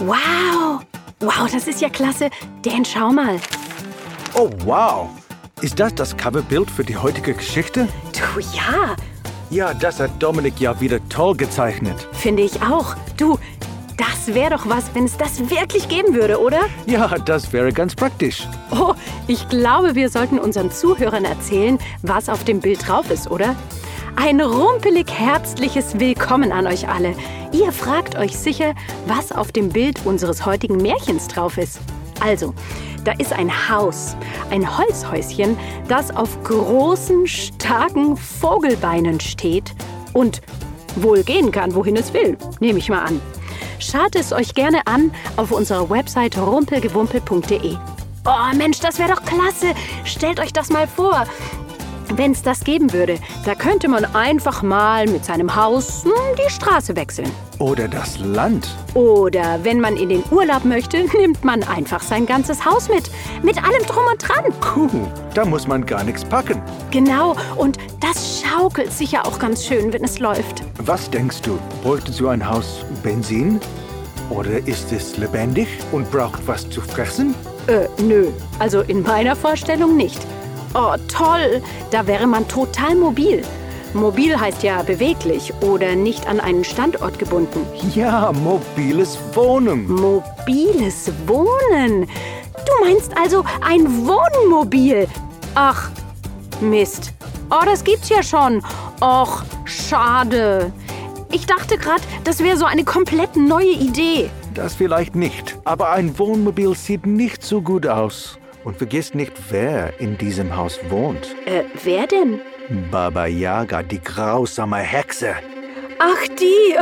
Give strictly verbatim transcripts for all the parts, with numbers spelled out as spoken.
Wow! Wow, das ist ja klasse. Dan, schau mal. Oh, wow. Ist das das Coverbild für die heutige Geschichte? Du, ja. Ja, das hat Dominik ja wieder toll gezeichnet. Finde ich auch. Du, das wäre doch was, wenn es das wirklich geben würde, oder? Ja, das wäre ganz praktisch. Oh, ich glaube, wir sollten unseren Zuhörern erzählen, was auf dem Bild drauf ist, oder? Ein rumpelig herzliches Willkommen an euch alle. Ihr fragt euch sicher, was auf dem Bild unseres heutigen Märchens drauf ist. Also, da ist ein Haus, ein Holzhäuschen, das auf großen, starken Vogelbeinen steht und wohl gehen kann, wohin es will, nehme ich mal an. Schaut es euch gerne an auf unserer Website rumpelgewumpel punkt de. Oh Mensch, das wäre doch klasse. Stellt euch das mal vor. Wenn es das geben würde, da könnte man einfach mal mit seinem Haus hm, die Straße wechseln. Oder das Land. Oder wenn man in den Urlaub möchte, nimmt man einfach sein ganzes Haus mit. Mit allem drum und dran. Cool, da muss man gar nichts packen. Genau, und das schaukelt sicher auch ganz schön, wenn es läuft. Was denkst du, bräuchte so ein Haus Benzin? Oder ist es lebendig und braucht was zu fressen? Äh, nö. Also in meiner Vorstellung nicht. Oh, toll. Da wäre man total mobil. Mobil heißt ja beweglich oder nicht an einen Standort gebunden. Ja, mobiles Wohnen. Mobiles Wohnen? Du meinst also ein Wohnmobil? Ach, Mist. Oh, das gibt's ja schon. Och, schade. Ich dachte gerade, das wäre so eine komplett neue Idee. Das vielleicht nicht, aber ein Wohnmobil sieht nicht so gut aus. Und vergiss nicht, wer in diesem Haus wohnt. Äh, wer denn? Baba Yaga, die grausame Hexe. Ach, die.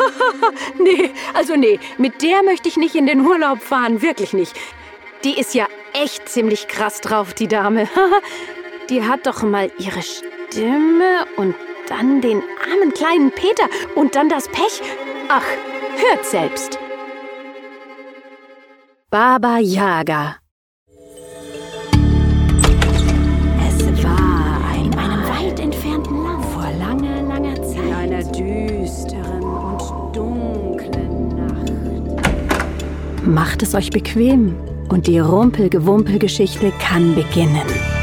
Nee, also nee, mit der möchte ich nicht in den Urlaub fahren, wirklich nicht. Die ist ja echt ziemlich krass drauf, die Dame. Die hat doch mal ihre Stimme und dann den armen kleinen Peter und dann das Pech. Ach, hört selbst. Baba Yaga. Es war in einem weit entfernten Land vor langer, langer Zeit. In einer düsteren und dunklen Nacht. Macht es euch bequem und die Rumpelgewumpel-Geschichte kann beginnen.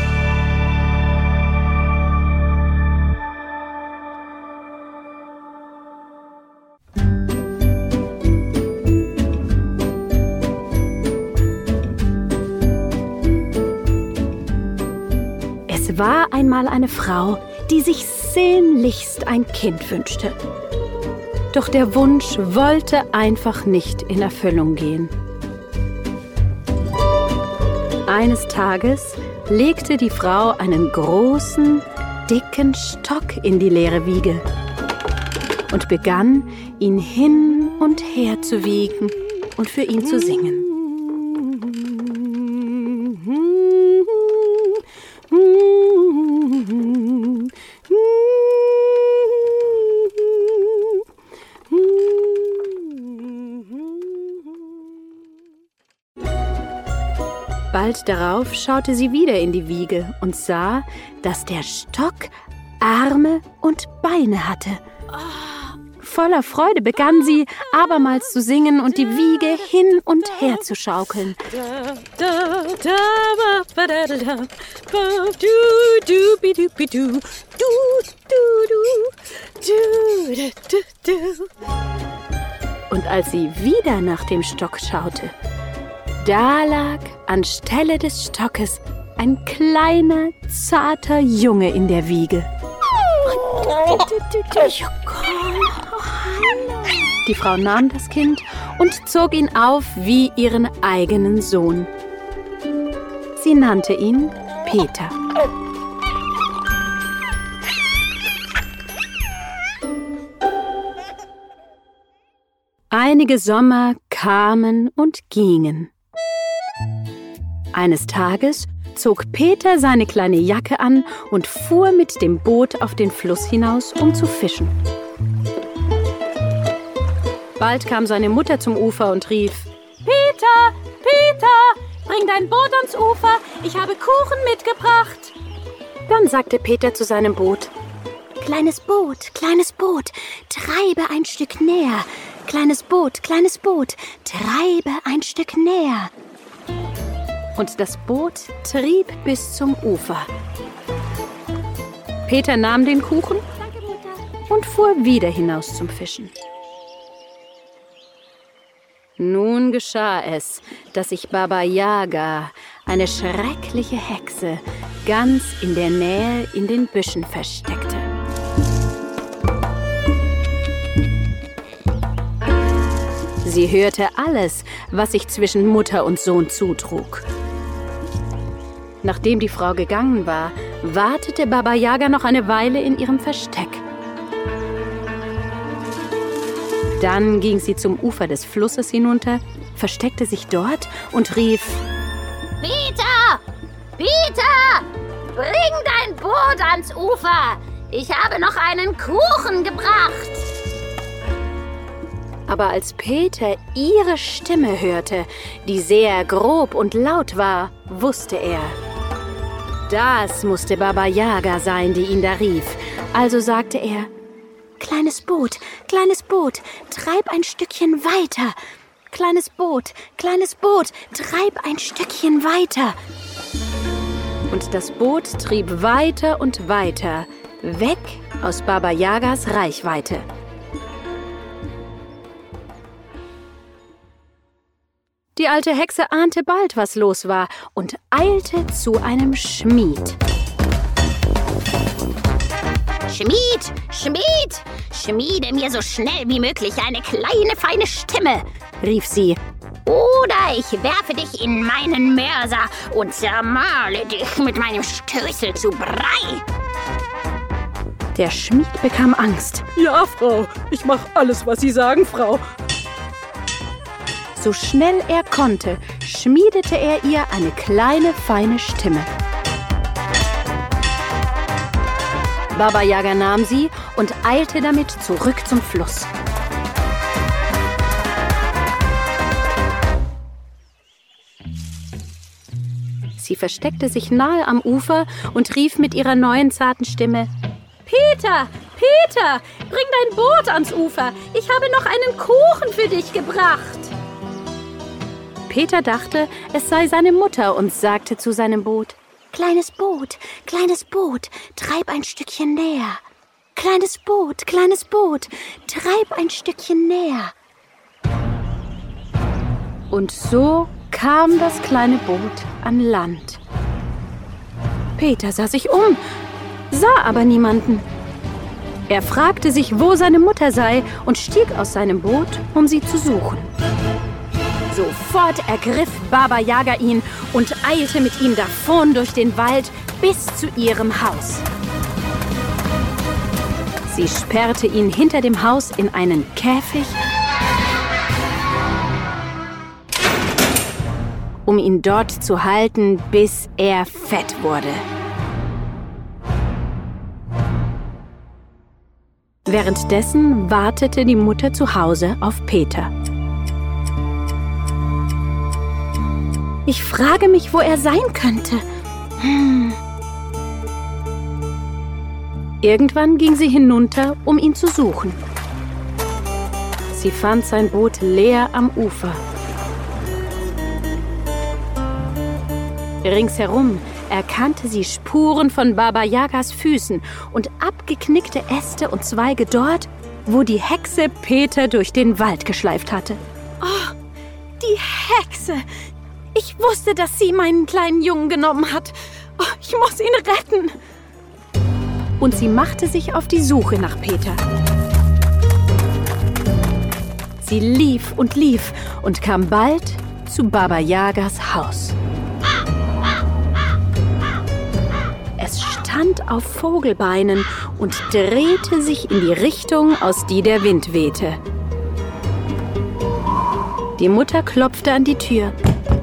Es war einmal eine Frau, die sich sehnlichst ein Kind wünschte. Doch der Wunsch wollte einfach nicht in Erfüllung gehen. Eines Tages legte die Frau einen großen, dicken Stock in die leere Wiege und begann, ihn hin und her zu wiegen und für ihn zu singen. Bald darauf schaute sie wieder in die Wiege und sah, dass der Stock Arme und Beine hatte. Voller Freude begann sie, abermals zu singen und die Wiege hin und her zu schaukeln. Und als sie wieder nach dem Stock schaute, da lag anstelle des Stockes ein kleiner, zarter Junge in der Wiege. Die Frau nahm das Kind und zog ihn auf wie ihren eigenen Sohn. Sie nannte ihn Peter. Einige Sommer kamen und gingen. Eines Tages zog Peter seine kleine Jacke an und fuhr mit dem Boot auf den Fluss hinaus, um zu fischen. Bald kam seine Mutter zum Ufer und rief: Peter, Peter, bring dein Boot ans Ufer, ich habe Kuchen mitgebracht. Dann sagte Peter zu seinem Boot: Kleines Boot, kleines Boot, treibe ein Stück näher. kleines Boot, kleines Boot, treibe ein Stück näher. Und das Boot trieb bis zum Ufer. Peter nahm den Kuchen und fuhr wieder hinaus zum Fischen. Nun geschah es, dass sich Baba Yaga, eine schreckliche Hexe, ganz in der Nähe in den Büschen versteckte. Sie hörte alles, was sich zwischen Mutter und Sohn zutrug. Nachdem die Frau gegangen war, wartete Baba Yaga noch eine Weile in ihrem Versteck. Dann ging sie zum Ufer des Flusses hinunter, versteckte sich dort und rief: Peter! Peter! Bring dein Boot ans Ufer! Ich habe noch einen Kuchen gebracht! Aber als Peter ihre Stimme hörte, die sehr grob und laut war, wusste er: Das musste Baba Yaga sein, die ihn da rief. Also sagte er: Kleines Boot, kleines Boot, treib ein Stückchen weiter. Kleines Boot, kleines Boot, treib ein Stückchen weiter. Und das Boot trieb weiter und weiter, weg aus Baba Yagas Reichweite. Die alte Hexe ahnte bald, was los war, und eilte zu einem Schmied. Schmied, Schmied, schmiede mir so schnell wie möglich eine kleine, feine Stimme, rief sie. Oder ich werfe dich in meinen Mörser und zermale dich mit meinem Stößel zu Brei. Der Schmied bekam Angst. Ja, Frau, ich mach alles, was Sie sagen, Frau. So schnell er konnte, schmiedete er ihr eine kleine, feine Stimme. Baba Yaga nahm sie und eilte damit zurück zum Fluss. Sie versteckte sich nahe am Ufer und rief mit ihrer neuen zarten Stimme: Peter, Peter, bring dein Boot ans Ufer. Ich habe noch einen Kuchen für dich gebracht. Peter dachte, es sei seine Mutter und sagte zu seinem Boot: Kleines Boot, kleines Boot, treib ein Stückchen näher. Kleines Boot, kleines Boot, treib ein Stückchen näher. Und so kam das kleine Boot an Land. Peter sah sich um, sah aber niemanden. Er fragte sich, wo seine Mutter sei, und stieg aus seinem Boot, um sie zu suchen. Sofort ergriff Baba Yaga ihn und eilte mit ihm davon durch den Wald bis zu ihrem Haus. Sie sperrte ihn hinter dem Haus in einen Käfig, um ihn dort zu halten, bis er fett wurde. Währenddessen wartete die Mutter zu Hause auf Peter. Ich frage mich, wo er sein könnte. Hm. Irgendwann ging sie hinunter, um ihn zu suchen. Sie fand sein Boot leer am Ufer. Ringsherum erkannte sie Spuren von Baba Yagas Füßen und abgeknickte Äste und Zweige dort, wo die Hexe Peter durch den Wald geschleift hatte. Oh, die Hexe! Ich wusste, dass sie meinen kleinen Jungen genommen hat. Oh, ich muss ihn retten. Und sie machte sich auf die Suche nach Peter. Sie lief und lief und kam bald zu Baba Yagas Haus. Es stand auf Vogelbeinen und drehte sich in die Richtung, aus die der Wind wehte. Die Mutter klopfte an die Tür.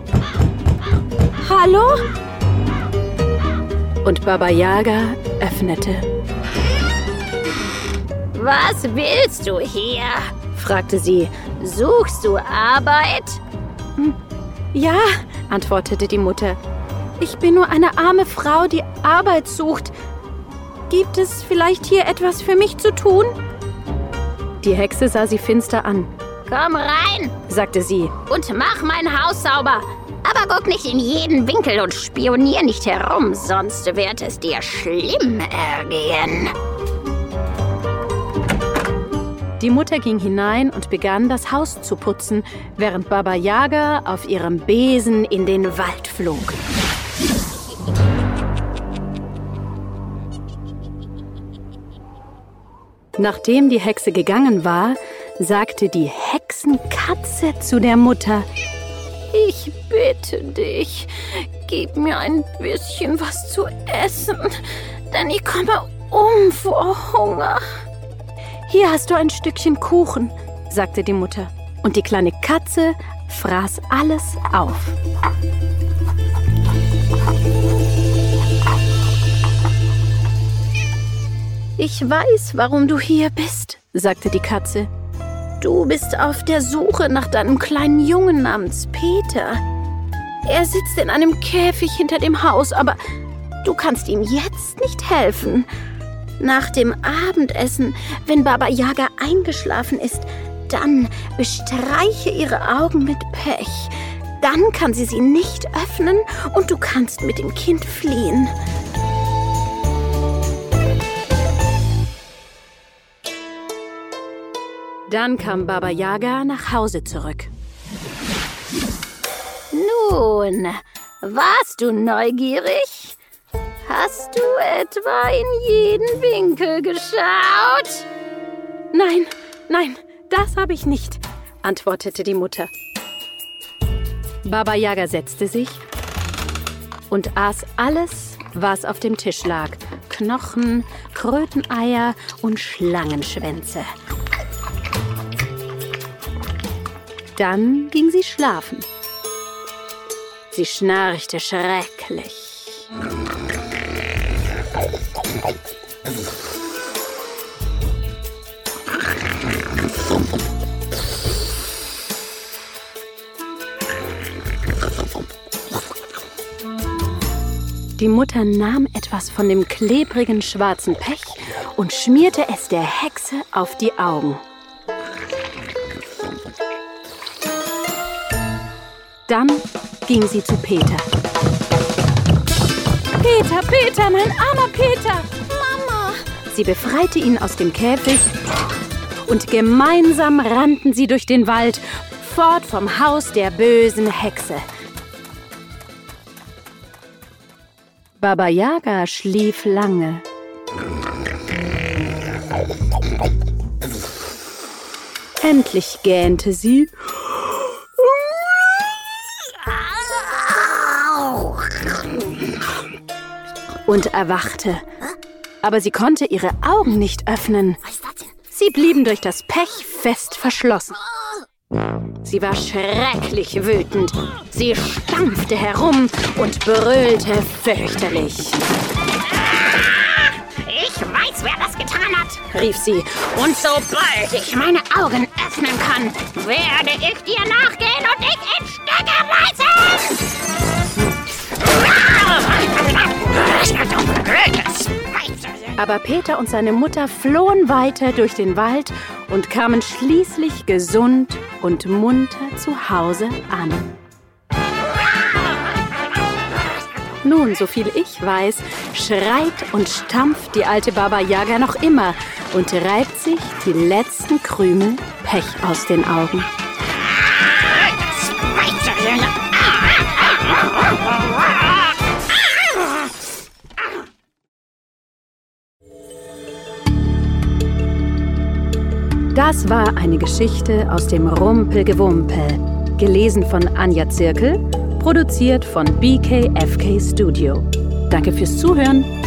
Hallo? Und Baba Yaga öffnete. Was willst du hier? Fragte sie. Suchst du Arbeit? Ja, antwortete die Mutter. Ich bin nur eine arme Frau, die Arbeit sucht. Gibt es vielleicht hier etwas für mich zu tun? Die Hexe sah sie finster an. Komm rein, sagte sie. Und mach mein Haus sauber. Aber guck nicht in jeden Winkel und spionier nicht herum, sonst wird es dir schlimm ergehen. Die Mutter ging hinein und begann, das Haus zu putzen, während Baba Yaga auf ihrem Besen in den Wald flog. Nachdem die Hexe gegangen war, sagte die Hexenkatze zu der Mutter: Ich bitte dich, gib mir ein bisschen was zu essen, denn ich komme um vor Hunger. Hier hast du ein Stückchen Kuchen, sagte die Mutter. Und die kleine Katze fraß alles auf. Ich weiß, warum du hier bist, sagte die Katze. Du bist auf der Suche nach deinem kleinen Jungen namens Peter. Er sitzt in einem Käfig hinter dem Haus, aber du kannst ihm jetzt nicht helfen. Nach dem Abendessen, wenn Baba Yaga eingeschlafen ist, dann bestreiche ihre Augen mit Pech. Dann kann sie sie nicht öffnen und du kannst mit dem Kind fliehen. Dann kam Baba Yaga nach Hause zurück. Nun, warst du neugierig? Hast du etwa in jeden Winkel geschaut? Nein, nein, das habe ich nicht, antwortete die Mutter. Baba Yaga setzte sich und aß alles, was auf dem Tisch lag. Knochen, Kröteneier und Schlangenschwänze. Dann ging sie schlafen. Sie schnarchte schrecklich. Die Mutter nahm etwas von dem klebrigen schwarzen Pech und schmierte es der Hexe auf die Augen. Dann ging sie zu Peter. Peter, Peter, mein armer Peter! Mama! Sie befreite ihn aus dem Käfig und gemeinsam rannten sie durch den Wald, fort vom Haus der bösen Hexe. Baba Yaga schlief lange. Endlich gähnte sie und erwachte. Aber sie konnte ihre Augen nicht öffnen. Sie blieben durch das Pech fest verschlossen. Sie war schrecklich wütend. Sie stampfte herum und brüllte fürchterlich. Ich weiß, wer das getan hat, rief sie. Und sobald ich meine Augen öffnen kann, werde ich dir nachgehen und dich in Stücke reißen. Aber Peter und seine Mutter flohen weiter durch den Wald und kamen schließlich gesund und munter zu Hause an. Nun, soviel ich weiß, schreit und stampft die alte Baba Yaga noch immer und reibt sich die letzten Krümel Pech aus den Augen. Das war eine Geschichte aus dem Rumpelgewumpel, gelesen von Anja Zirkel, produziert von B K F K Studio. Danke fürs Zuhören.